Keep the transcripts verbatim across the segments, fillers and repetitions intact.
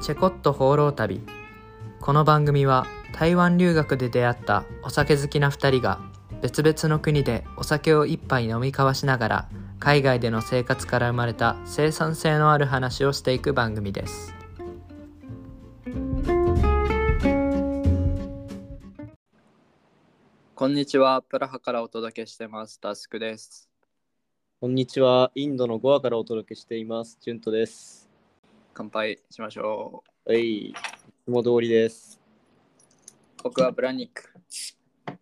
チェコット放浪旅。この番組は台湾留学で出会ったお酒好きなふたりが別々の国でお酒を一杯飲み交わしながら海外での生活から生まれた生産性のある話をしていく番組です。こんにちは、プラハからお届けしてますタスクです。 こんにちは、インドのゴアからお届けしていますジュントです。 乾杯しましょう。はい、いつも通りです。 僕はブラニック。ち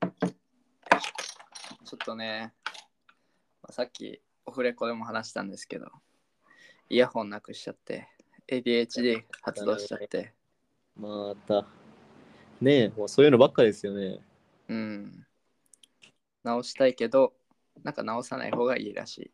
ょっとね、まあ、さっきオフレコでも話したんですけど、イヤホンなくしちゃって エーディーエイチディー 発動しちゃって、 またねえ、もうそういうのばっかですよね。 うん直したいけどなんか直さない方がいいらしい。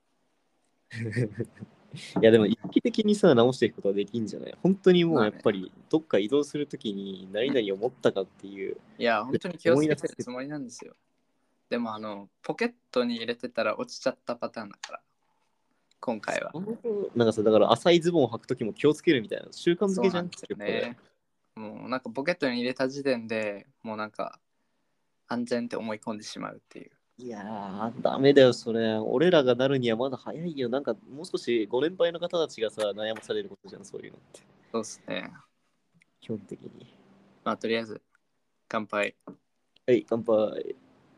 いやでも一気的にさ直していくことはできんじゃない。本当にもうやっぱりどっか移動するときに何々を持ったかっていう、うん、 いや本当に気をつけてるつもりなんですよ。でもあのポケットに入れてたら落ちちゃったパターンだから今回は。 なんかさ、だから浅いズボンを履くときも気をつけるみたいな習慣づけじゃん。 そうなんですよね。もうなんかポケットに入れた時点でもうなんか安全って思い込んでしまうっていう。 いやー、ダメだよ、それ。俺らがなるにはまだ早いよ。なんか、もう少しご年配の方たちがさ、悩まされることじゃん、そういうのって。 そうっすね。 基本的に。 まあ、とりあえず、乾杯。 はい、乾杯。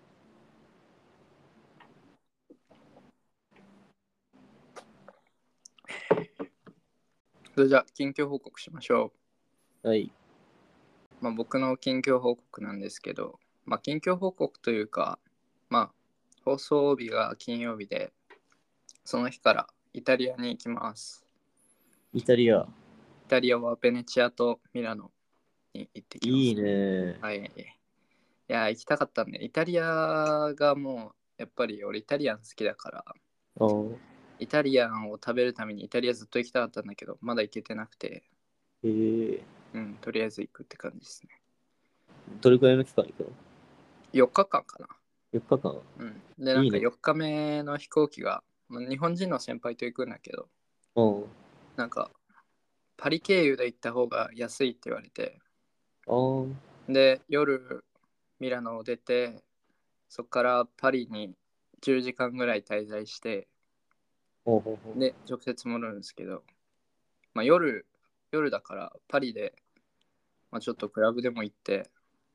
それじゃあ、近況報告しましょう。はい。 まあ、僕の近況報告なんですけど、まあ、近況報告というか、まあ、放送日が金曜日で、その日からイタリアに行きます。 イタリア。 イタリアはベネチアとミラノに行ってきます。 いいね。 はい。いや、行きたかったんで、イタリアがもう、やっぱり俺イタリアン好きだから、イタリアンを食べるためにイタリアずっと行きたかったんだけど、まだ行けてなくて、 へえ。 うん、とりあえず行くって感じですね。 どれくらいの期間行くの？ よっかかんかな。 よっかかん。 うん。で、なんかよっかめの飛行機が、いいね、日本人の先輩と行くんだけど、 うん。 なんか、パリ経由で行った方が安いって言われて、 あで、夜、ミラノを出て、そこからパリにじゅうじかんぐらい滞在して、 ほうほうほう。 で、直接戻るんですけど、まあ、夜、夜だからパリで、まあ、ちょっとクラブでも行って、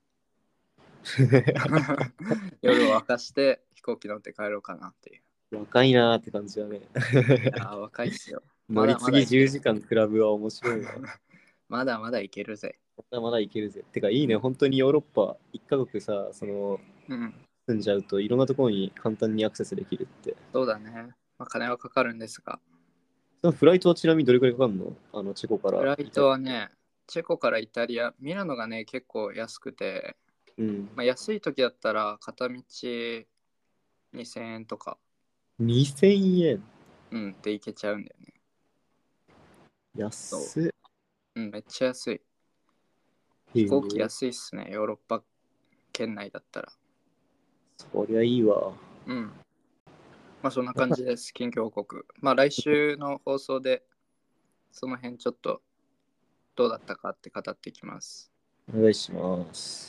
夜を明かして飛行機乗って帰ろうかなっていう。 若いなーって感じだね。 いや若いっすよ。 乗り継ぎじゅうじかんクラブは面白いな。 まだまだいけるぜ。 まだまだいけるぜ。てかいいね、本当にヨーロッパ一カ国さ、その、うん、住んじゃうといろんなところに簡単にアクセスできるって。 そうだね。まあ、金はかかるんですが。 そのフライトはちなみにどれくらいかかるの？あのチェコから。 フライトはね、チェコからイタリア、ミラノがね、結構安くて、 うんまあ、安い時だったら片道にせんえんとか。 にせんえん？ うんで行けちゃうんだよね。 安っ。 うん、めっちゃ安い。飛行機安いっすね、ヨーロッパ圏内だったら。 そりゃいいわ。 うん。まあそんな感じです、近況報告。まあ来週の放送でその辺ちょっとどうだったかって語っていきます。 お願いします。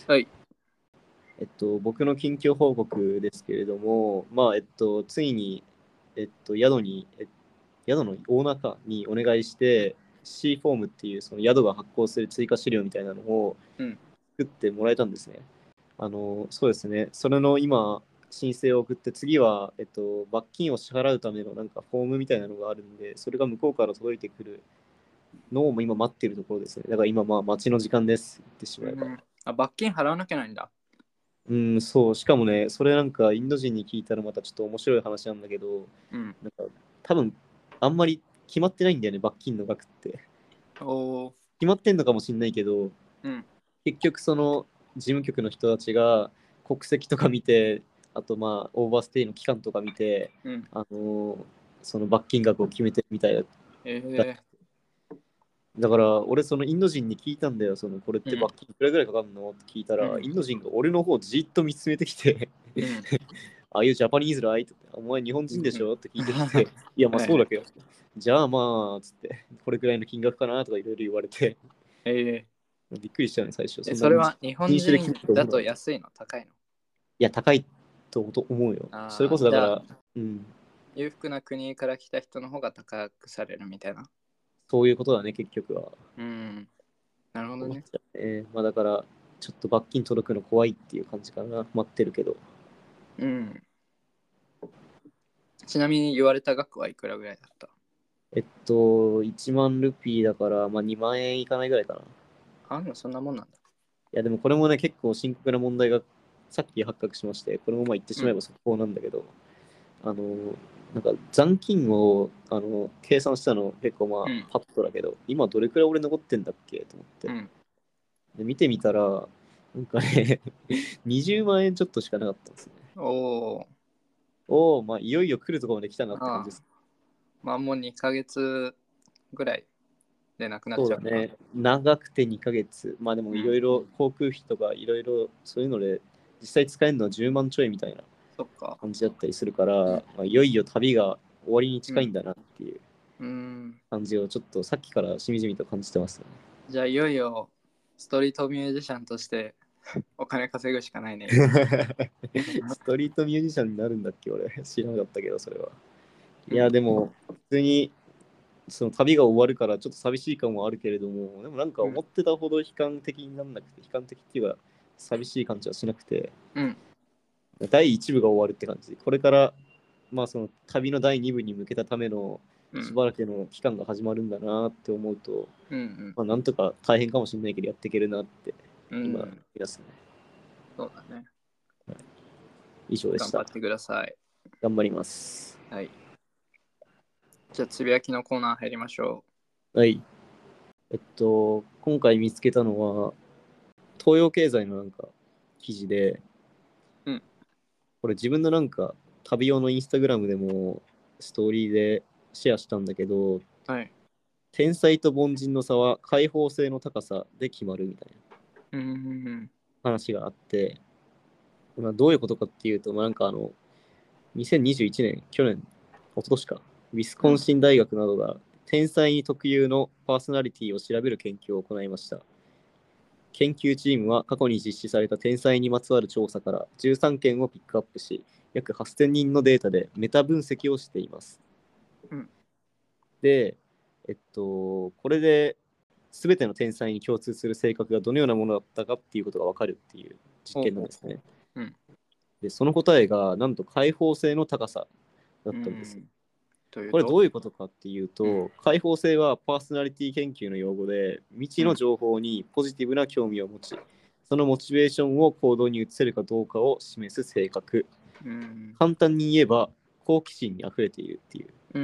はい。 えっと、僕の近況報告ですけれども、まあ、えっと、ついに、えっと、宿に、え宿のオーナーかにお願いして、C フォームっていうその宿が発行する追加資料みたいなのを作ってもらえたんですね。うん、あの、そうですね。それの今、申請を送って、次は、えっと、罰金を支払うためのなんかフォームみたいなのがあるんで、それが向こうから届いてくるのを今待っているところですね。だから今、まあ、待ちの時間です。言ってしまえば。 うん、あ、罰金払わなきゃないんだ。 うん、そう。しかもね、それなんかインド人に聞いたらまたちょっと面白い話なんだけど、 うん、 なんか多分あんまり決まってないんだよね、罰金の額って。 お決まってんのかもしんないけど、 うん、 結局その事務局の人たちが国籍とか見て、あとまあオーバーステイの期間とか見て、 うん、 あのーその罰金額を決めてるみたいだ。 えー、 だから俺そのインド人に聞いたんだよ、そのこれって罰金いくらぐらいかかるのって聞いたら、 うん、 インド人が俺の方をじっと見つめてきて、うん、ああいうジャパニーズライってお前日本人でしょって聞いてきて、いやまあそうだけど、じゃあまあつってこれくらいの金額かなとかいろいろ言われて、 えびっくりしたよね、最初。 ー、えそれは日本人種で聞く人だとい安いの高いの？ や、高いと思うよ。 あーそれこそだかじゃら、うん、 裕福な国から来た人の方が高くされるみたいな。 そういうことだね、結局は。 うん。なるほどね。 思っちゃうね。まあだから、ちょっと罰金届くの怖いっていう感じかな。待ってるけど。 うん。ちなみに言われた額はいくらぐらいだった？ えっと、いちまんルピーだから、まあにまん円いかないぐらいかな。いあんのそんなもんなんだ。 や、でもこれもね、結構深刻な問題がさっき発覚しまして、これもまあ言ってしまえば速報なんだけど、あの、なんか残金をあの計算したの結構まあうんパッとだけど、今どれくらい俺残ってんだっけと思って。 うん。 で見てみたら、なんかね、にじゅうまん円ちょっとしかなかったんですね。 おお。 おお、まあいよいよ来るところまで来たなって感じああ。 です。 まあもうにかげつぐらいでなくなっちゃうかな。 そうだね。長くてにかげつ。まあでもいろいろ航空費とかいろいろそういうので実際使えるのはじゅうまんちょいみたいなそっか。 感じだったりするから、まあ、いよいよ旅が終わりに近いんだなっていううん。 感じをちょっとさっきからしみじみと感じてますね。 じゃあいよいよストリートミュージシャンとしてお金稼ぐしかないね。 ストリートミュージシャンになるんだっけ俺知らなかったけどそれは。いやでも普通にその旅が終わるからちょっと寂しい感もあるけれども、でもなんか思ってたほど悲観的にならなくて、悲観的っていうか寂しい感じはしなくて、 うん。 だいいち部が終わるって感じで、これからまあその旅のだいに部に向けたためのうん。 しばらくの期間が始まるんだなって思うと、 うんうんまあなんとか大変かもしれないけどやっていけるなって今うん。 皆さんね。 そうだね。 以上でした。 頑張ってください。 頑張ります。 はい。じゃあつぶやきのコーナー入りましょはい。えっと、今回見つけたのは、東洋経済のなんか記事で、 うんこれ自分のなんか旅用のインスタグラムでもストーリーでシェアしたんだけど、 う。はい。 天才と凡人の差は開放性の高さで決まるみたいなうんうん話があって、まあ、どういうことかっていうと、まあ、なんかあの、にせんにじゅういちねん、去年、一昨年か、ウィスコンシン大学などが天才に特有のパーソナリティを調べる研究を行いました。研究チームは過去に実施された天才にまつわる調査からじゅうさんけんをピックアップし、約はっせんにんのデータでメタ分析をしています。 うん。 で、えっと、これで全ての天才に共通する性格がどのようなものだったかっていうことが分かるっていう実験なんですね。 うん。 で、その答えがなんと開放性の高さだったんですよ。 というとこれどういうことかっていうと、 うん開放性はパーソナリティ研究の用語で、未知の情報にポジティブな興味を持ち、そのモチベーションを行動に移せるかどうかを示す性格。 うん。 簡単に言えば、好奇心にあふれているっていう、 うん。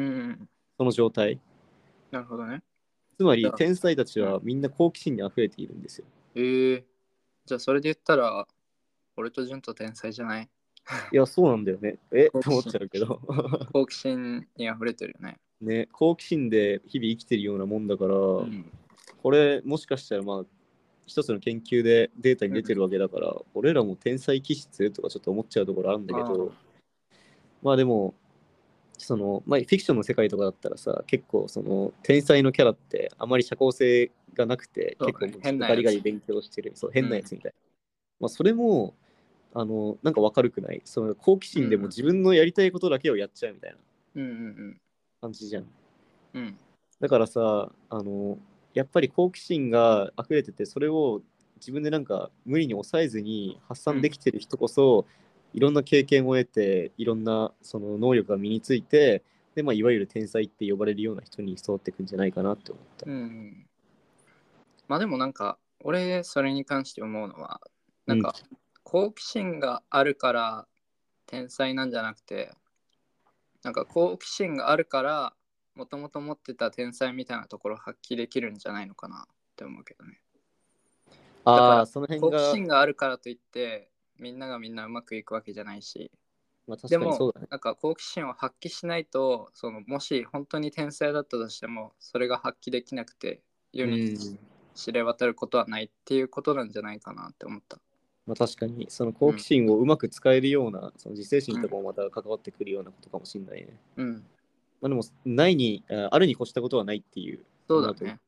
その状態。 なるほどね。 つまり、 じゃあ天才たちはみんな好奇心にあふれているんですよ。 えー、じゃあそれで言ったら、俺と純と天才じゃない？ いや、そうなんだよね。え好奇心と思っちゃうけど。 好奇心に溢れてるよね。 ね、好奇心で日々生きてるようなもんだから、 うん。 これもしかしたらまあ一つの研究でデータに出てるわけだから、うん、俺らも天才気質とかちょっと思っちゃうところあるんだけど、まあでもその、まあ、フィクションの世界とかだったらさ、結構その天才のキャラってあまり社交性がなくて、 ね、 結構ガリガリ勉強してる、そう変なやつみたいな、うん、まあ、それもあのなんか明るくない、その好奇心でも自分のやりたいことだけをやっちゃうみたいな感じじゃん。 うんうんうん、 だからさ、あのやっぱり好奇心が溢れてて、それを自分でなんか無理に抑えずに発散できてる人こそ、うん、いろんな経験を得て、いろんなその能力が身について、で、まあ、いわゆる天才って呼ばれるような人に育っていくんじゃないかなって思った。 うん、まあでもなんか俺それに関して思うのは、なんか好奇心があるから天才なんじゃなくて、なんか好奇心があるからもともと持ってた天才みたいなところを発揮できるんじゃないのかなって思うけどね。だからその辺が好奇心があるからといってみんながみんなうまくいくわけじゃないし、 まあ、確でもかにそうだね。 なんか好奇心を発揮しないと、そのもし本当に天才だったとしてもそれが発揮できなくて世に知れ渡ることはないっていうことなんじゃないかなって思った。 まあ、確かにその好奇心をうまく使えるような、うん、その自制心とかもまた関わってくるようなことかもしれないね。 うん。 まあ、でもないにあるに越したことはないっていう。 そうだね。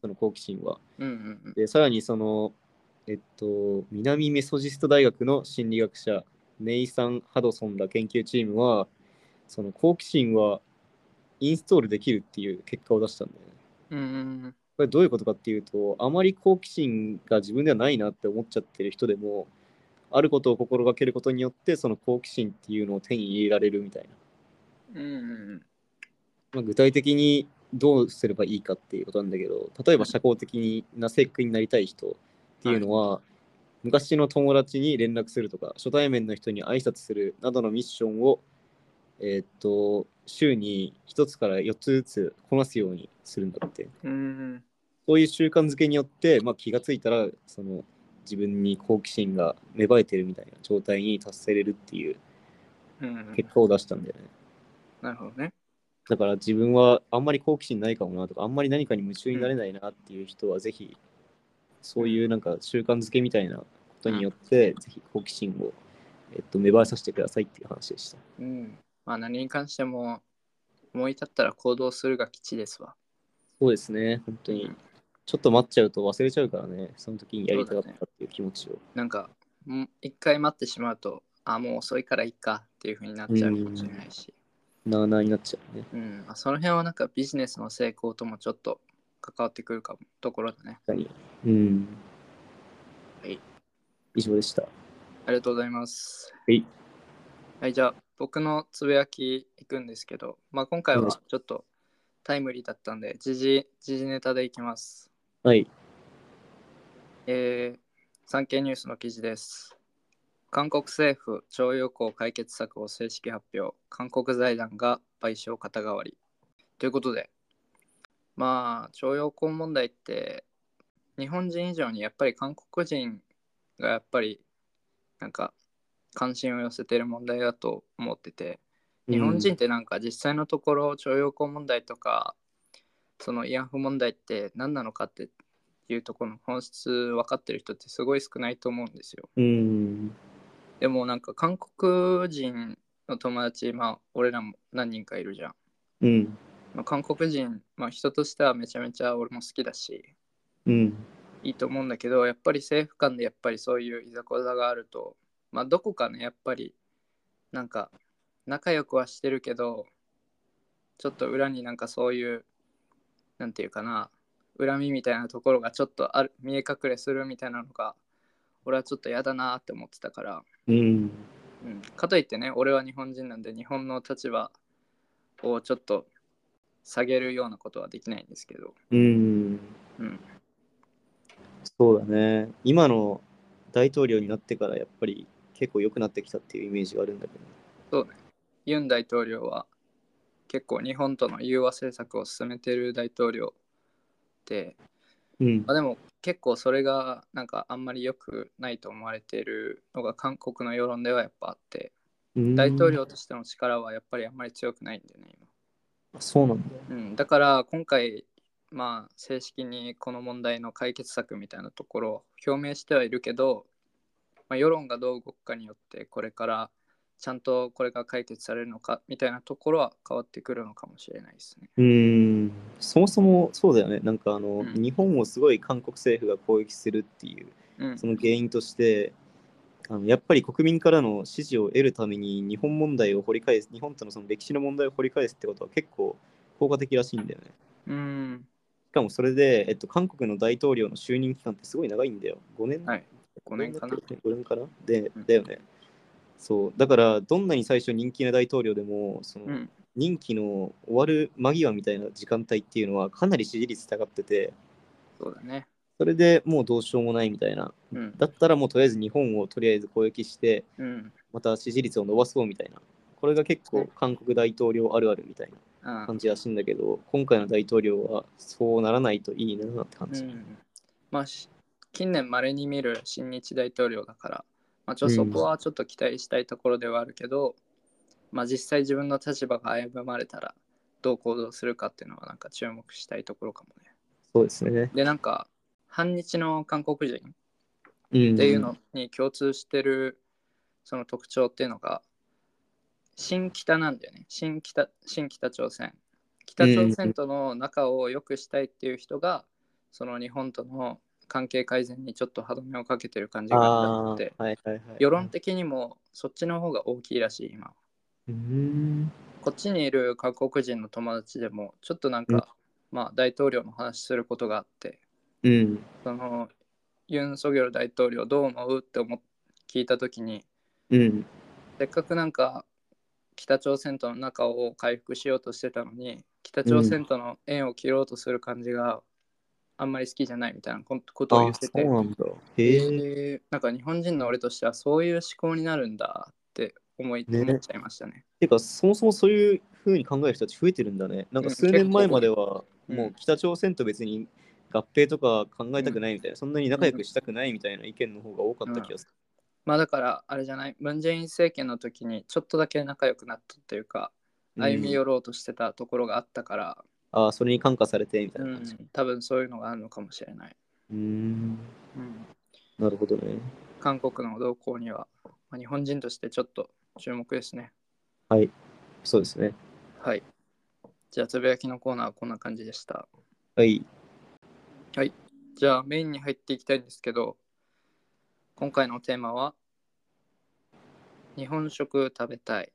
その好奇心は。 うんうんうん。 で、さらにその、えっと、南メソジスト大学の心理学者、ネイサン・ハドソンら研究チームは、その好奇心はインストールできるっていう結果を出したんだよね。 うんうんうん。 これどういうことかっていうと、あまり好奇心が自分ではないなって思っちゃってる人でも、あることを心がけることによって、その好奇心っていうのを手に入れられるみたいな。 うんうんまあ、具体的にどうすればいいかっていうことなんだけど、例えば社交的な性格になりたい人っていうのは、はい、昔の友達に連絡するとか、初対面の人に挨拶するなどのミッションを、えー、っと週にひとつからよっつずつこなすようにするんだって。 うん。 そういう習慣づけによって、まあ、気がついたらその自分に好奇心が芽生えてるみたいな状態に達せれるっていう結果を出したんだよね。 うんうん、なるほどね。 だから自分はあんまり好奇心ないかもなとか、あんまり何かに夢中になれないなっていう人は、ぜひ、そういうなんか習慣づけみたいなことによって、ぜひ好奇心を、えっと、芽生えさせてくださいっていう話でした。 うん。まあ何に関しても、思い立ったら行動するが吉ですわ。 そうですね、本当に。 うん、 ちょっと待っちゃうと忘れちゃうからね、その時にやりたかったっていう気持ちを。 ね、なんか、一回待ってしまうと、あ、もう遅いからいいかっていう風になっちゃうかもしれないし。 なあなあになっちゃうね。 うん、まあ、その辺はなんかビジネスの成功ともちょっと関わってくるかもところだね。 確かに。うん。 はい。 以上でした。 ありがとうございます。 はい。 はい、じゃあ僕のつぶやきいくんですけど、まあ、今回はちょっとタイムリーだったんで、時事、時事ネタでいきます。 はい。 えー、産経ニュースの記事です。韓国政府徴用工解決策を正式発表。韓国財団が賠償肩代わり。ということで、まあ、徴用工問題って日本人以上にやっぱり韓国人がやっぱりなんか関心を寄せてる問題だと思ってて、日本人ってなんか実際のところ徴用工問題とかその慰安婦問題って何なのかっていうところの本質分かってる人ってすごい少ないと思うんですよ。 うん。 でもなんか韓国人の友達、まあ俺らも何人かいるじゃん。 うん。 まあ、韓国人、まあ、人としてはめちゃめちゃ俺も好きだし、 うん。 いいと思うんだけど、やっぱり政府間でやっぱりそういういざこざがあると、まあどこかね、やっぱりなんか仲良くはしてるけど、ちょっと裏になんかそういう、なんていうかな、恨みみたいなところがちょっとある、見え隠れするみたいなのが、俺はちょっと嫌だなって思ってたから、 うん。 うん、かといってね、俺は日本人なんで日本の立場をちょっと下げるようなことはできないんですけど、 うん。 うん、 そうだね。今の大統領になってからやっぱり結構良くなってきたっていうイメージがあるんだけど、ね。 そうね。ユン大統領は結構日本との融和政策を進めている大統領で、 うん。 まあ、でも結構それがなんかあんまり良くないと思われているのが韓国の世論ではやっぱあって、大統領としての力はやっぱりあんまり強くないんでね、今。 そうなんだ。 うん、だから今回、まあ、正式にこの問題の解決策みたいなところを表明してはいるけど、まあ、世論がどう動くかによってこれからちゃんとこれが解決されるのかみたいなところは変わってくるのかもしれないですね。 うーん。そもそもそうだよね。なんかあの、 うん日本をすごい韓国政府が攻撃するっていう、 うん、 その原因として、あのやっぱり国民からの支持を得るために日本問題を掘り返す、日本とのその歴史の問題を掘り返すってことは結構効果的らしいんだよね。 うん、 しかもそれで、えっと、韓国の大統領の就任期間ってすごい長いんだよ。ごねんはい、ごねんかな。 ごねんかなで、 うんだよね。そう。だから、どんなに最初人気な大統領でも、その、 うん、 任期の終わる間際みたいな時間帯っていうのはかなり支持率下がってて、 そうだね。 それでもうどうしようもないみたいな。 うん、 だったらもうとりあえず日本をとりあえず攻撃して、 うん、 また支持率を伸ばそうみたいな。これが結構韓国大統領あるあるみたいな感じらしいんだけど、今回の大統領はそうならないといいなって感じ。 うん、まあ近年まれに見る親日大統領だから、まあ、ちょうんそこはちょっと期待したいところではあるけど、まあ、実際自分の立場が危ぶまれたらどう行動するかっていうのはなんか注目したいところかもね。 そうですね。 でなんか反日の韓国人うんっていうのに共通してるその特徴っていうのが新北なんだよね。新北、新北朝鮮。北朝鮮との仲を良くしたいっていう人がその日本との関係改善にちょっと歯止めをかけてる感じがあって、 はいはいはい、 世論的にもそっちの方が大きいらしい今。 うーんこっちにいる韓国人の友達でもちょっとなんか、うん、まあ大統領の話することがあって、 うん、 そのユン・ソギョル大統領どう思うって思っ聞いた時に、 うん、 せっかくなんか北朝鮮との仲を回復しようとしてたのに、北朝鮮との縁を切ろうとする感じがあんまり好きじゃないみたいなことを言ってて、 あ、そうなんだ。へえー、なんか日本人の俺としてはそういう思考になるんだって思い、 ね、 思っちゃいましたね。 てか、そもそもそういうふうに考える人たち増えてるんだね。なんかうん、 数年前までは、 うん、 もう北朝鮮と別に合併とか考えたくないみたいな、 うん、 そんなに仲良くしたくないみたいな意見の方が多かった気がする。 うん、まあだからあれじゃない、ムン・ジェイン政権の時にちょっとだけ仲良くなったというか、歩み寄ろうとしてたところがあったから、 ああ、それに感化されてみたいうな感じ。 ん、多分そういうのがあるのかもしれない。 うーん、 うん、 なるほどね。 韓国の動向には、まあ、日本人としてちょっと注目ですね。 はい、そうですね。 はい。じゃあ、つぶやきのコーナーはこんな感じでした。 はい。 はい。じゃあ、メインに入っていきたいんですけど、今回のテーマは、日本食食べたい。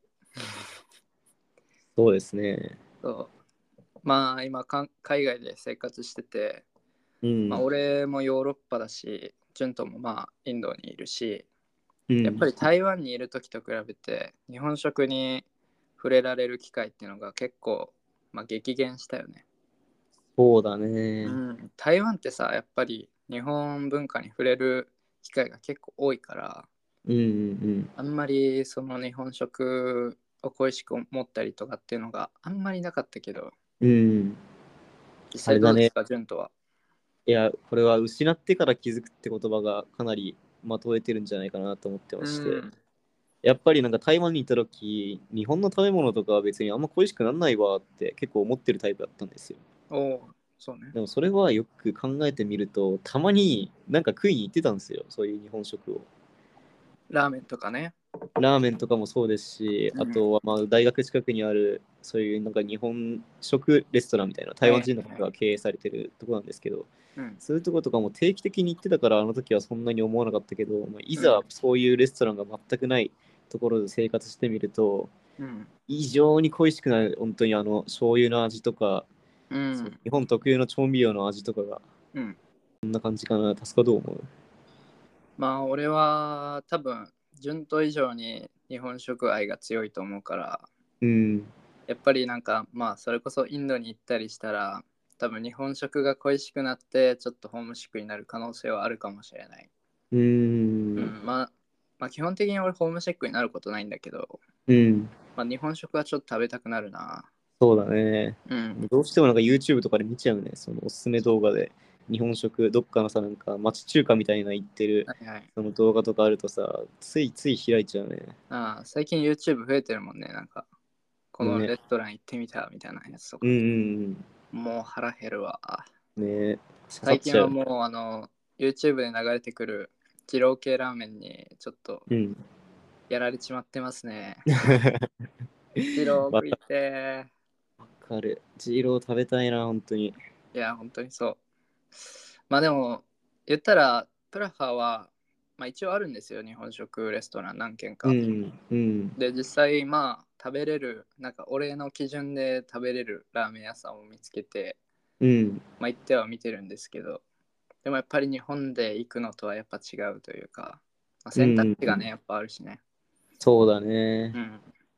そうですね。 そうまあ、今か、海外で生活してて、 うん。 まあ、俺もヨーロッパだし、ジュントもまあ、インドにいるし、 うん、 やっぱり台湾にいる時と比べて、日本食に触れられる機会っていうのが結構、まあ、激減したよね。 そうだね。 うん、台湾ってさ、やっぱり日本文化に触れる機会が結構多いから、 うんうんあんまりその日本食を恋しく思ったりとかっていうのがあんまりなかったけど、 うん。うん。 実あれだね。 際どうですか、ジュンとは。 いや、これは失ってから気づくって言葉がかなりまとえてるんじゃないかなと思ってまうして。 ん。 やっぱりなんか台湾にいた時、日本の食べ物とかは別にあんま恋しくならないわって結構思ってるタイプだったんですよ。 おお、そうね。 でもそれはよく考えてみると、たまになんか食いに行ってたんですよ。そういう日本食を。 ラーメンとかね。 ラーメンとかもそうですし、あうん。 とはまあ大学近くにあるそういうなんか日本食レストランみたいな台湾人の方が経営されてるところなんですけど、 うん。 そういうところとかも定期的に行ってたからあの時はそんなに思わなかったけど、まあ、いざうん。 そういうレストランが全くないところで生活してみると、 うん。 異常に恋しくなる、本当にあの醤油の味とか、 うん。 そう日本特有の調味料の味とかが、 うん。 こんな感じかな。タスカどう思う？ まあ、俺は多分、ジュンと以上に日本食愛が強いと思うから、 うん。 やっぱりなんか、まあ、それこそインドに行ったりしたら、多分日本食が恋しくなって、ちょっとホームシックになる可能性はあるかもしれない。 うーん。 うん、まあ、まあ、基本的に俺ホームシックになることないんだけど、 うん。 まあ、日本食はちょっと食べたくなるな。 そうだね。 うん。 どうしてもなんか YouTube とかで見ちゃうね。そのおすすめ動画で日本食、どっかのさ、なんか町中華みたいな言ってるはいはい。 その動画とかあるとさ、ついつい開いちゃうね。 ああ、最近 YouTube 増えてるもんね。なんか、このね。 レストラン行ってみたみたいなやつとか。 うんうんもう腹減るわ。 うん。ね、刺さっ最近ちゃう。 はもう、あの、YouTube で流れてくる二郎系ラーメンにちょっとうん。 やられちまってますね。二郎わ食いてかる。ジーロー食べたいな、本当に。 ー。いや、本当にそう。まあでも、言ったら、プラハは、まあ一応あるんですよ。日本食レストラン何軒か。 うん、うん、 で、実際、まあ、食べれる、なんか、俺の基準で食べれるラーメン屋さんを見つけて、 うん。 まあ、行っては見てるんですけど、でもやっぱり日本で行くのとはやっぱ違うというか、まあ、 うん、 選択肢がね、 うん。 やっぱあるしね。 そうだね。 うん。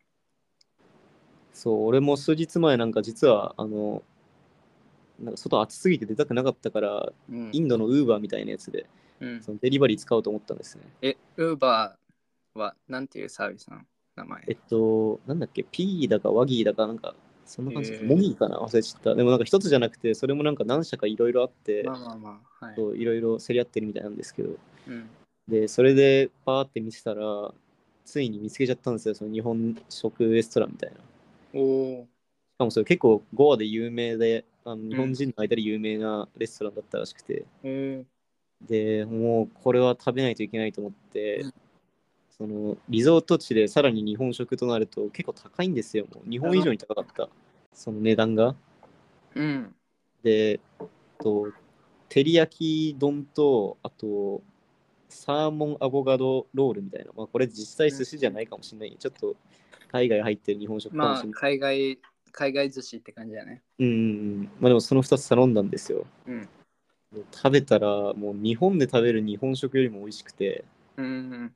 そう、俺も数日前なんか実は、あの、なんか外暑すぎて出たくなかったから、 うん。 インドのウーバーみたいなやつで、 うん、 そのデリバリー使おうと思ったんですね。 え、ウーバーはなんていうサービスの名前？ えっと、なんだっけ、ピーだかワギーだかなんか、そんな感じだった。モえー、 ギーかな忘れちゃった。でもなんか一つじゃなくて、それもなんか何社かいろいろあって、 まあまあまあ、はい。 そういろいろ競り合ってるみたいなんですけど、 うん。 で、それでパーって見てたら、ついに見つけちゃったんですよ、その日本食レストランみたいな。しおお。 かもそれ結構ゴアで有名で、あの日うん。 本人の間で有名なレストランだったらしくて、 えで、もうこれは食べないといけないと思って、 ー、 そのリゾート地でさらに日本食となると結構高いんですよ。もう日本以上に高かった。その値段が。 うん。 で、と照り焼き丼と、あと、サーモンアボカドロールみたいな。まあ、これ実際寿司じゃないかもしれない。ちょっと海外入ってる日本食かもまあ、 しれない。 海外、海外寿司って感じだね。 うんうんうん。まあでもそのふたつ頼んだんですよ。 うん。 もう食べたら、もう日本で食べる日本食よりも美味しくて、 うん。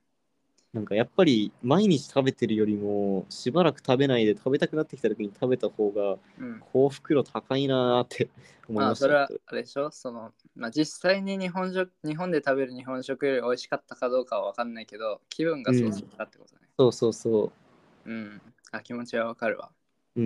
なんかやっぱり毎日食べてるよりも、しばらく食べないで食べたくなってきた時に食べた方がうん。 幸福度高いなーって思いまあ、 ましたね。 それは、あれでしょその、まあ、実際に日本食、日本で食べる日本食より美味しかったかどうかは分かんないけど、気分がそううん。 したってことね。 そうそうそうん。あ、気持ちは分かるわ。 う。うん。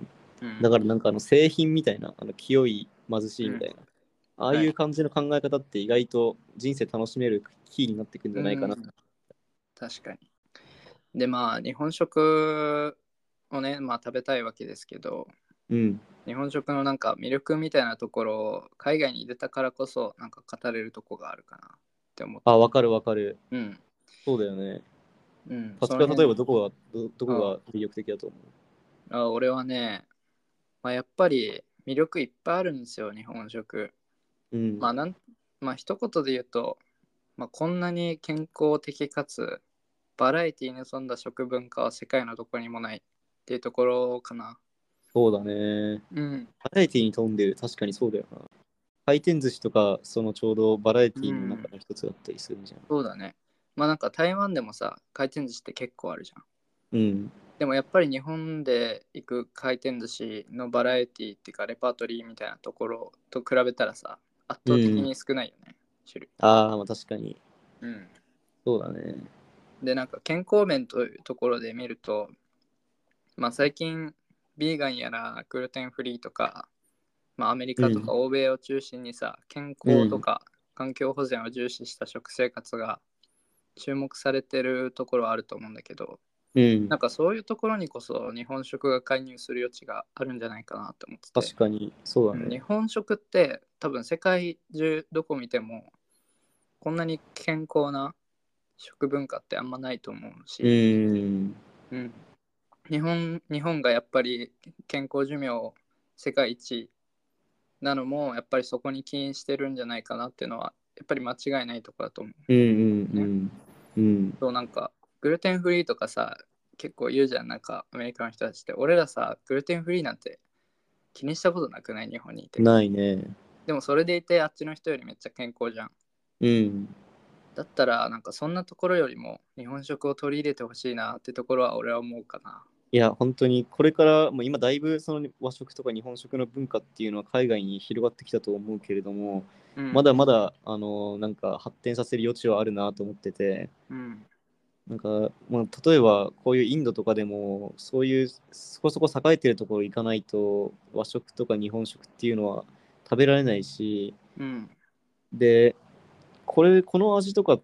うん。 だからなんかあの製品みたいな、あの清い、貧しうん。 いみたいな、ああはい。 いう感じの考え方って意外と人生楽しめるキーになっていくんじゃないかな。 うん。確かに。で、まあ、日本食をね、まあ食べたいわけですけど、 うん。 日本食のなんか魅力みたいなところを海外に出たからこそなんか語れるとこがあるかなって思ってあ、わて。 かるわかる。 うん。 そうだよね。 うん。 パチカは例えその辺、 ばどこが、ど、どこあが魅力的だと思あ、俺はね、まあ、やっぱり魅力いっぱいあるんですよ、日本食。 う？うん。 まあなん、まあ一言で言うと、まあ、こんなに健康的かつバラエティに富んだ食文化は世界のどこにもないっていうところかな。 そうだね。 うん。 バラエティに富んでる。確かにそうだよな。回転寿司とか、そのちょうどバラエティの中うん。 の一つだったりするじゃん。 そうだね。まあなんか台湾でもさ、回転寿司って結構あるじゃん。 うん。 でもやっぱり日本で行く回転寿司のバラエティっていうかレパートリーみたいなところと比べたらさ、圧うん。 倒的に少ないよね、種類。 ああ、まあ確かに。 うん。 そうだね。 で、なんか健康面というところで見ると、まあ最近、ビーガンやらグルテンフリーとか、まあアメリカとかうん。 欧米を中心にさ、健うん。 康とか環境保全を重視した食生活が注目されてるところはあると思うんだけど、 うん。 なんかそういうところにこそ日本食が介入する余地があるんじゃないかなと思ってて、 確かに。そうだうん、日ね。 本食って多分世界中どこ見てもこんなに健康な食文化ってあんまないと思ううし、 ん。 うん、日本日本がやっぱり健康寿命世界一なのもやっぱりそこに起因してるんじゃないかなっていうのはやっぱり間違いないところだと思うん。ううね。 ん。うん。うん。 そうなんかグルテンフリーとかさ結構言うじゃん、なんかアメリカの人たちって俺らさグルテンフリーなんて気にしたことなくない？日本にいて。 ないね。 でもそれでいてあっちの人よりめっちゃ健康じゃん。 うん。 だったらなんかそんなところよりも日本食を取り入れてほしいなってところは俺は思うかな。 いや、本当に、これから、もう今だいぶその和食とか日本食の文化っていうのは海外に広がってきたと思うけれども、まうん。 だまだ、あの、なんか発展させる余地はあるなと思ってて、 うん。 なんか、まあ、例えばこういうインドとかでも、そういうそこそこ栄えてるところ行かないと和食とか日本食っていうのは食べられないし、 うん。 で、これ、この味とかって、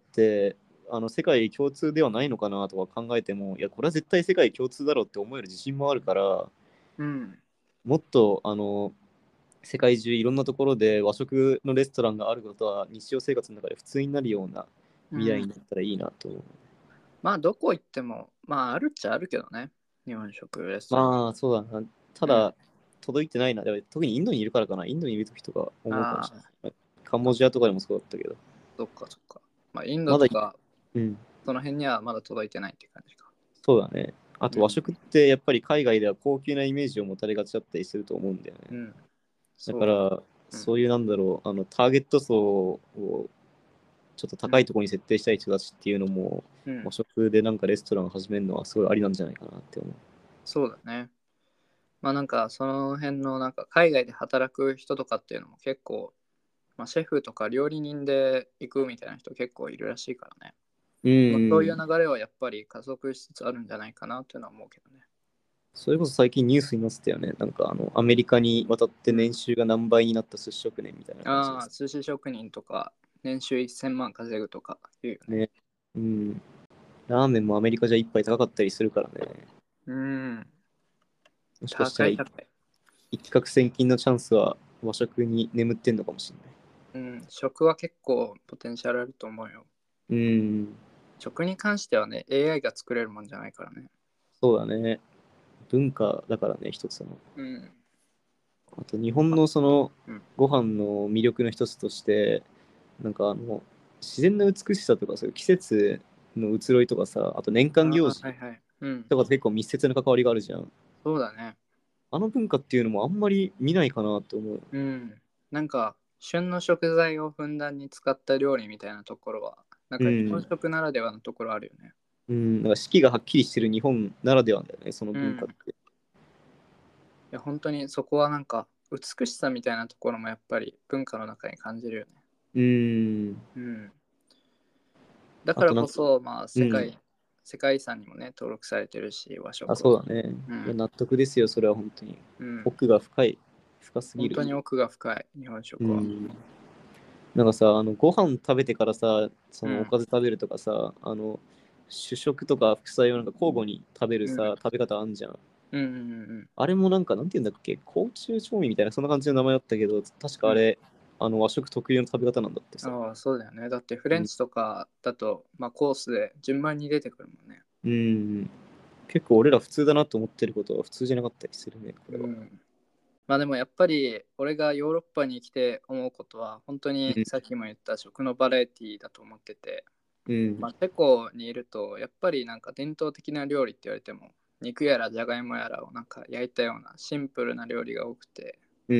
あの世界共通ではないのかなとか考えても、いや、これは絶対世界共通だろうって思える自信もあるから、 うん。 もっとあの世界中いろんなところで和食のレストランがあることは日常生活の中で普通になるような未来うん。 になったらいいなと思う。 まあどこ行ってもまああるっちゃあるけどね。日本食レストラン。 まあ、そうだな。たうん。 だ、届いてないな。でも特にインドにいるからかな。インドにいるときとか思うかもしああ、 れない。カンボジアとかでもそうだったけど。 そっかそっか。まあインドまだ、 とかうん、 その辺にはまだ届いてないって感じか。 そうだね。あと和うん。 食ってやっぱり海外では高級なイメージを持たれがちだったりすると思うんだよね。 うん。 だそうだ。 から、 うん。 そういうなんだろう、あのターゲット層をちょっとうん。 高いところに設定したい人たちっていうのも、和うん。 食でなんかレストランを始めるのはすごいありなんじゃないかなって思う。 そうだね。まあなんかその辺のなんか海外で働く人とかっていうのも結構、まあ、シェフとか料理人で行くみたいな人結構いるらしいからね。 うまあ、そういうん。 流れはやっぱり加速しつつあるんじゃないかなというのは思うけどね。 それこそ最近ニュースになってたよね。なんかあのアメリカに渡ってうん。 年収が何倍になった寿司職人みたいな感じでああ、 す。 寿司職人とか年収せんまん稼ぐとか言うよね。 ね。うん。ラーメンもアメリカじゃ一杯高かったりするからね。 うん。 もしかしたら一高い高い。 一攫千金のチャンスは和食に眠ってんのかもしれない。 うん。食は結構ポテンシャルあると思うよ。 うん。 食に関してはね、エーアイ が作れるもんじゃないからね。 そうだね。文化だからね、一つの。 うん。 あと日本のそのうんご飯の魅力の一つとして、なんかあの自然の美しさとかそういう季節の移ろいとかさ、あと年間ああ、は行事いはい。うん。 とかと結構密接な関わりがあるじゃん。 そうだね。 あの文化っていうのもあんまり見ないかなと思う。 うん。なんか、旬の食材をふんだんに使った料理みたいなところは、なんか日本うん。 食ならではのところあるよね。 うん。なんか四季がはっきりしてる日本ならではだよね、そのうん。 文化って。 いや、本当にそこはなんか、美しさみたいなところもやっぱり文化の中に感じるよね。 うん。 うん。だからあとなんか、 こそ、まあ、世界、 うん。 世界遺産にもね、登録されてるし、和あ、 食は。 そうだね。いや、 うん。 納得ですよ、それは本当に。 うん。 奥が深い。深すぎ本当る。 に奥が深い、日本う食は。 ん。なんかさ、あの、ご飯食べてからさ、そのおうん。 かず食べるとかさ、あの、主食とか副菜をなんか交互に食べるうん。 さ、食べ方あんじゃん。 うん。うん。 あれもなんか、なんて言うんだっけ、甲虫調味みたいな、そんな感じの名前だったけど、確かうん。 あれ、あの和食特有の食べ方なんだってさ。 ああ、そうだよね。だってフうん。 レンチとかだと、まあ、コースで順番に出てくるもんね。 うん。結構俺ら普通だなと思ってることは普通じゃなかったりするね、これは。 うん。まあでもやっぱり俺がヨーロッパに来て思うことは本当にうん。 さっきも言った食のバラエティだと思ってて、 うん。 まあ、チェコにいるとやっぱりなんか伝統的な料理って言われても肉やらじゃがいもやらをなんか焼いたようなシンプルな料理が多くてうん。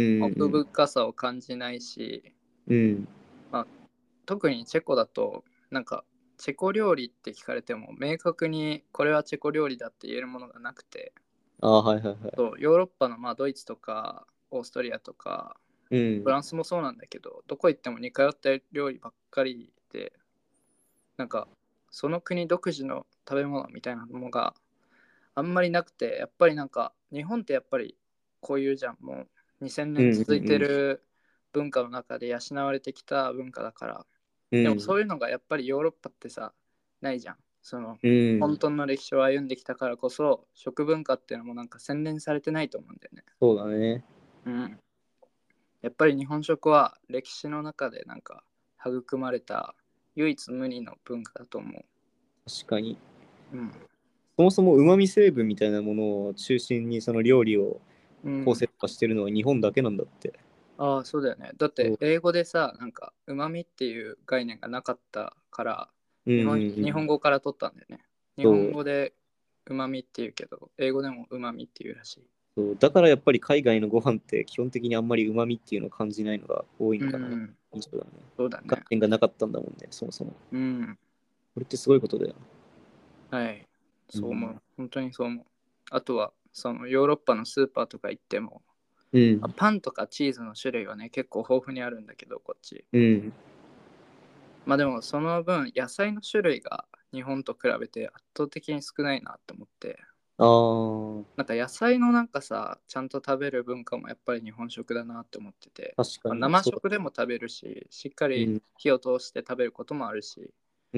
奥深さを感じないし、 うん。 まあ、特にチェコだとなんかチェコ料理って聞かれても明確にこれはチェコ料理だって言えるものがなくて、 ああ、はいはいはい。 そうヨーロッパのまあドイツとかオーストリアとかうん。 フランスもそうなんだけど、どこ行っても似通った料理ばっかりで、なんかその国独自の食べ物みたいなのがあんまりなくて、やっぱりなんか日本ってやっぱりこういうじゃん、もうにせんねんうん続いてる文化の中で養われてきた文化だから、でもうんそういうのがやっぱりヨーロッパってさ、ないじゃん。そのうん。うん。 本当の歴史を歩んできたからこそ、食文化っていうのもなんか洗練されてないと思うんだよね。 そうだね。 うん。やっぱり日本食は歴史の中でなんか育まれた唯一無二の文化だと思確かに。 う。うん。 そもそも旨味成分みたいなものを中心にその料理をうん。 構成化してるのは日本だけなんだって。 ああ、そうだよね。だっそう。 て英語でさ、なんか旨味っていう概念がなかったから、 うんうん日本日うん。 本語から取ったんだよね。日本そう語で旨味っていうけど、英語でも旨味っていうらしい。 そう。だからやっぱり海外のご飯って基本的にあんまり旨味っていうのを感じないのが多いうのかな。 ん。 印象だね。概そうだね。 念がなかったんだもんね、そもそも。 うん。 これってすごいことだよ。 はい。そう思う。 うん。 本当にそう思う。あとは、そのヨーロッパのスーパーとか行っても、 うん。 パンとかチーズの種類はね、結構豊富にあるんだけど、こっち。 うん。 まあでも、その分、野菜の種類が日本と比べて圧倒的に少ないなって思って、 ああ、 なんか野菜のなんかさ、ちゃんと食べる文化もやっぱり日本食だなって思ってて、まあ、 確かに。そうだ。 生食でも食べるし、しっかりうん。 火を通して食べることもあるし、 うん。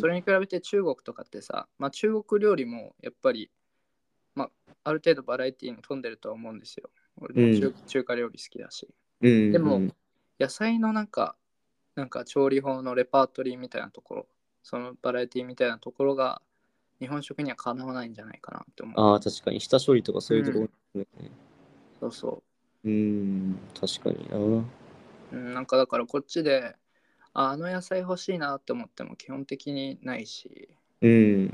でそれに比べて中国とかってさ、まあ中国料理もやっぱり、まあ、ある程度バラエティに富んでるとは思うんですよ。俺も中、 うん。 中華料理好きだし。 うん。 でも、 うん。 野菜のなんか、なんか調理法のレパートリーみたいなところ、そのバラエティみたいなところが日本食にはかなわないんじゃないかなって思ああ、確かに。下処理とかう。 そういうところ、 うん、 ね。 そうそうん。確かにな。 う。うん、なんかだからこっちで、ああの野菜欲しいなって思っても基本的にないし、 うん。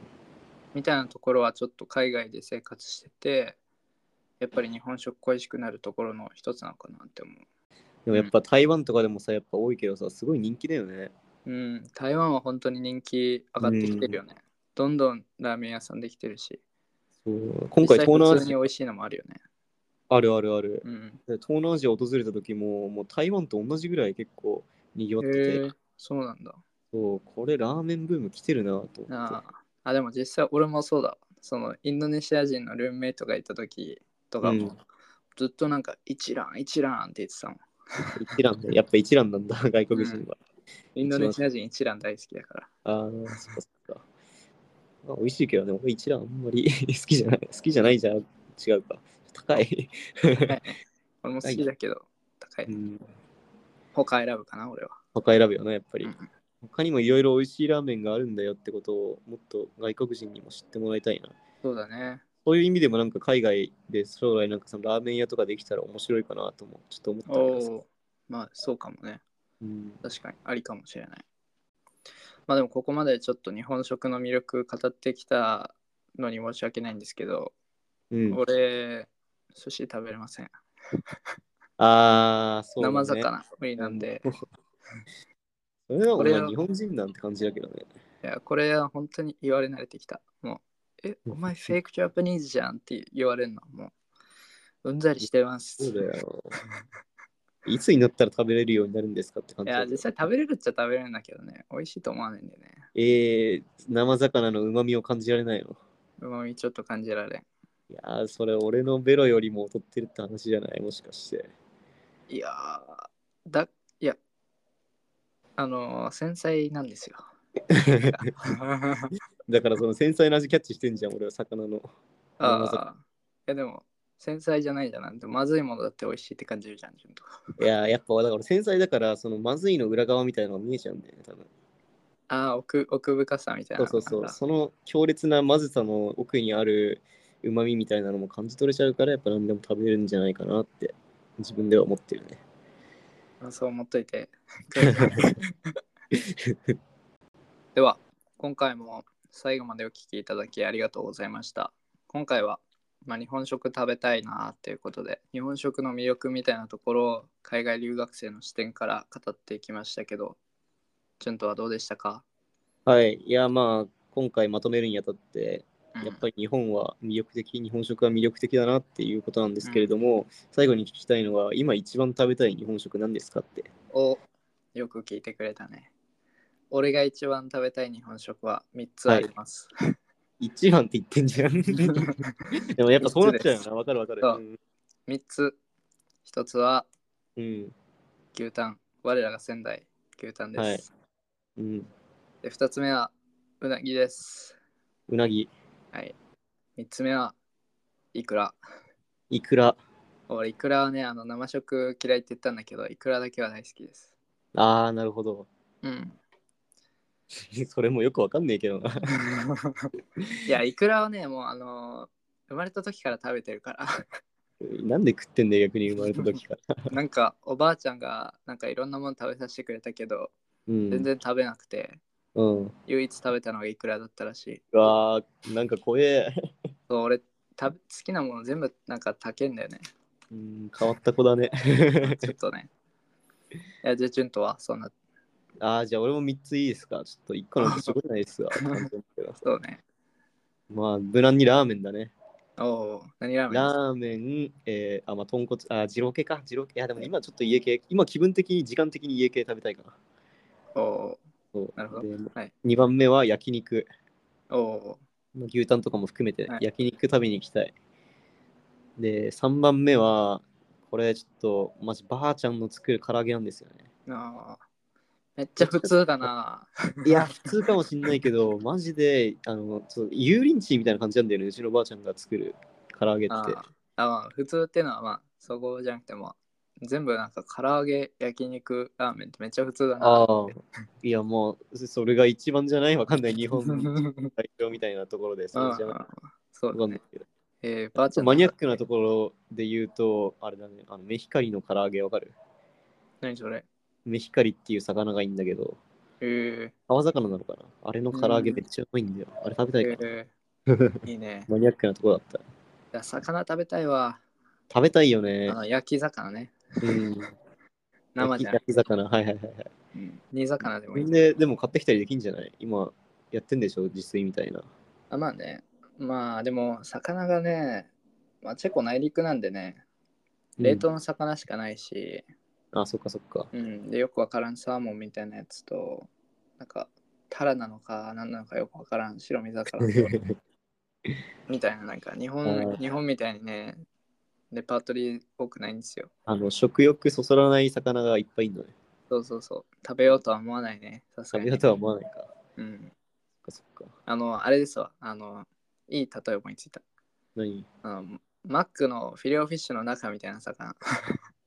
みたいなところはちょっと海外で生活してて、やっぱり日本食恋しくなるところの一つなのかなって思う。 でもやっぱ台湾とかでもさ、やっぱ多いけどさ、すごい人気だよね。 うん、台湾は本当に人気上うがってきてるん。 よね。どんどんラーメン屋さんできてるし、 そう。今回実際普東南アジ通に美味しいのもあるよね。 ア、あるあるある。 うん。 で東南アジアを訪れた時も、もう台湾と同じぐらい結構賑わってて、 へえ、そうなんだ。 そう、これラーメンブーム来てるなと思って。 ああ、あ、でも実際俺もそうだわ。そのインドネシア人のルームメイトがいた時とかも、 うん。 ずっとなんか一蘭一蘭って言ってたもん。 一蘭で、やっぱ一蘭なんだ、外うん。 国人は。 インド一番、 ネシア人一蘭大好きだから。 ああ、そっかそっか。まあ、美味しいけどね、俺一蘭あんまり好きじゃない。好きじゃないじゃん。違うか。高い。 高いね。俺も好高いな。 きだけど、高いね。 うん。 他選ぶかな、俺は。 他選ぶよな、やっぱり。 うん。 他にもいろいろ美味しいラーメンがあるんだよってことをもっと外国人にも知ってもらいたいな。 そうだね。 そういう意味でもなんか海外で将来なんかそのラーメン屋とかできたら面白いかなともちょっと思ったりはする。 おお、まあそうかもね。 うん、 確かにありかもしれない。まあでもここまでちょっと日本食の魅力語ってきたのに申し訳ないんですけど、 うん、 俺、寿司食べれません。 ああ、そうだね。 生魚無理なんで。 それはおこれは、 前日本人なんて感じだけどね。 いや、これは本当に言われ慣れてきた。もう、え、お前フェイクジャパニーズじゃんって言われるの。もう、うんざりしてます。 そうだよ。いつになったら食べれるようになるんですかって感いや、 じだけど。 実際食べれるっちゃ食べれるんだけどね、美味しいと思わないんだよね。 えー、生魚の旨味を感じられないの。 うまみちょっと感じられん。 いやー、それ俺のベロよりも劣ってるって話じゃないもしかして。 いやー、だ、いや、あのー繊細なんですよ。 だからその繊細な味キャッチしてんじゃん、俺は魚の。生魚。 ああ、いやでも、繊細じゃないじゃん。まずいものだって美味しいって感じるじゃん、順と。 いやー、やっぱだから繊細だから、そのまずいの裏側みたいなのが見えちゃうんだよね、多分。 ああ、奥、奥深さみたいなのそうそうそう。 がその強烈なまずさの奥にある旨味みたいなのも感じ取れちゃうから、やっぱ何でも食べれるんじゃないかなって自分では思ってるね。 あそう思っといて。では、今回も最後までお聞きいただきありがとうございました。今回は、まあ、日本食食べたいなっていうことで、日本食の魅力みたいなところを海外留学生の視点から語っていきましたけど、チュンとはどうでしたか？ はい。いや、まあ、今回まとめるにあたって、 うんやっぱり日本は魅力的、日本食は魅力的だなっていうことなんですけれども、最後に聞きたいのは、今一番食べたい日本食なんですかって。 お、よく聞いてくれたね。俺が一番食べたい日本食はみっつあります。 一番って言ってんじゃん。でもやっぱそうなっちゃうよな。わかるわかる。 そうみっつ。ひとつはうん。 牛タン。我らが仙台牛タンです。 はい。うん。 で、ふたつめはうなぎです。 うなぎ。 はい。みっつめはイクラ。 いくら。 俺、イクラはね、あの生食嫌いって言ったんだけど、イクラだけは大好きです。 あー、なるほど。 うん。 それもよくわかんねえけどな。 いや、イクラはね、もうあのー生まれた時から食べてるからなんで食ってんだよ、逆に生まれた時から。 なんかおばあちゃんがなんかいろんなもの食べさせてくれたけど、 うん。 全然食べなくて、 うん。 唯一食べたのがイクラだったらしい。 うわー、なんか怖え。 そう俺た好きなもの全部なんか高いんだよね。 うん、変わった子だね。 ちょっとね。いや、じゃあ、チュンとはそんな。 あー、じゃあ俺もみっついいですか。ちょっといっこなんてしょうがないですわ。 そうね。 まあ、無難にラーメンだね。 おお、何ラーメンラですか？ ーメン、えー、あ、まあ、豚骨、あ、二郎系か、二郎系。いや、でも今ちょっと家系、今気分的に、時間的に家系食べたいかな。 おお、 そうなるほど。 で、 はい。 にばんめは焼肉。 おお、 まあ牛タンとかも含めてはい焼肉食べに行きたい。で、さんばんめは、これちょっと、マジばあちゃんの作る唐揚げなんですよね。 あーめっちゃ普通だな。 いや、普通かもしんないけど、マジで、あの、そう油淋鶏みたいな感じなんだよね、うちのばあちゃんが作る唐揚げって。 あーあ、まあ、普通っていうのは、まあ、そこじゃなくても、全部なんか唐揚げ、焼肉、ラーメンってめっちゃ普通だな。 ああ、いや、もう、それが一番じゃないわかんない。日本代表みたいなところで、それじゃないああそうだねわかんない。けど。 えー、ばあちゃんマニアックなところで言うと、あれだね、あのメヒカリの唐揚げわかる？ 何それ？ メヒカリっていう魚がいいんだけど、 え川魚なのかな？あれの唐揚げめっちゃうまいんだよ。あれ食べたー、 いかな。 えー、いいね。 マニアックなところだった。 いや、魚食べたいわ。 食べたいよあね。 の焼き魚ね。 うん。 生じゃなくて、 焼き魚、はいはいはいはい。 うん、煮魚でもいい。 で、でも買ってきたりできんじゃない？今やってんでしょ？自炊みたいな。 あ、まあね。まあでも、魚がね、まあ、チェコ内陸なんでね、冷凍の魚しかないし、 うん、あ、そっかそっか。 うん、で、よくわからんサーモンみたいなやつと、なんか、タラなのか何なのかよくわからん白身魚と、みたいな、なんか日本、日本みたいにね、レパートリー多くないんですよ。 あの、食欲そそらない魚がいっぱいいるのね。 そうそうそう。食べようとは思わないね。さすがに。 食べようとは思わないか。 うん。 そっかそっか。 あの、あれですわ。あの、いい例え思いついた。 何？ あのマックのフィレオフィッシュの中みたいな魚。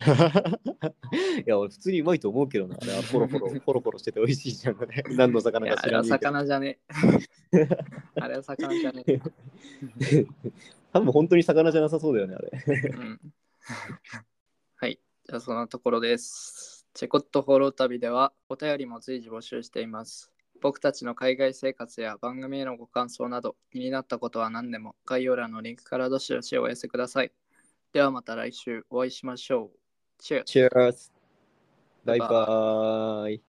いや、俺普通にうまいと思うけどな。あれはコロコロ、コロコロしてて美味しいじゃん。何のい魚や、あれはか知らねえけど。 魚じゃねえ。あれは魚じゃねえ。 多分本当に魚じゃなさそうだよね、あれ。 うん、はい。じゃあそのところです。チェコット放浪旅ではお便りも随時募集しています。僕たちの海外生活や番組へのご感想など気になったことは何でも概要欄のリンクからどしどしお寄せください。ではまた来週お会いしましょう。チェア Cheers! バイバイバイ。 バーイ。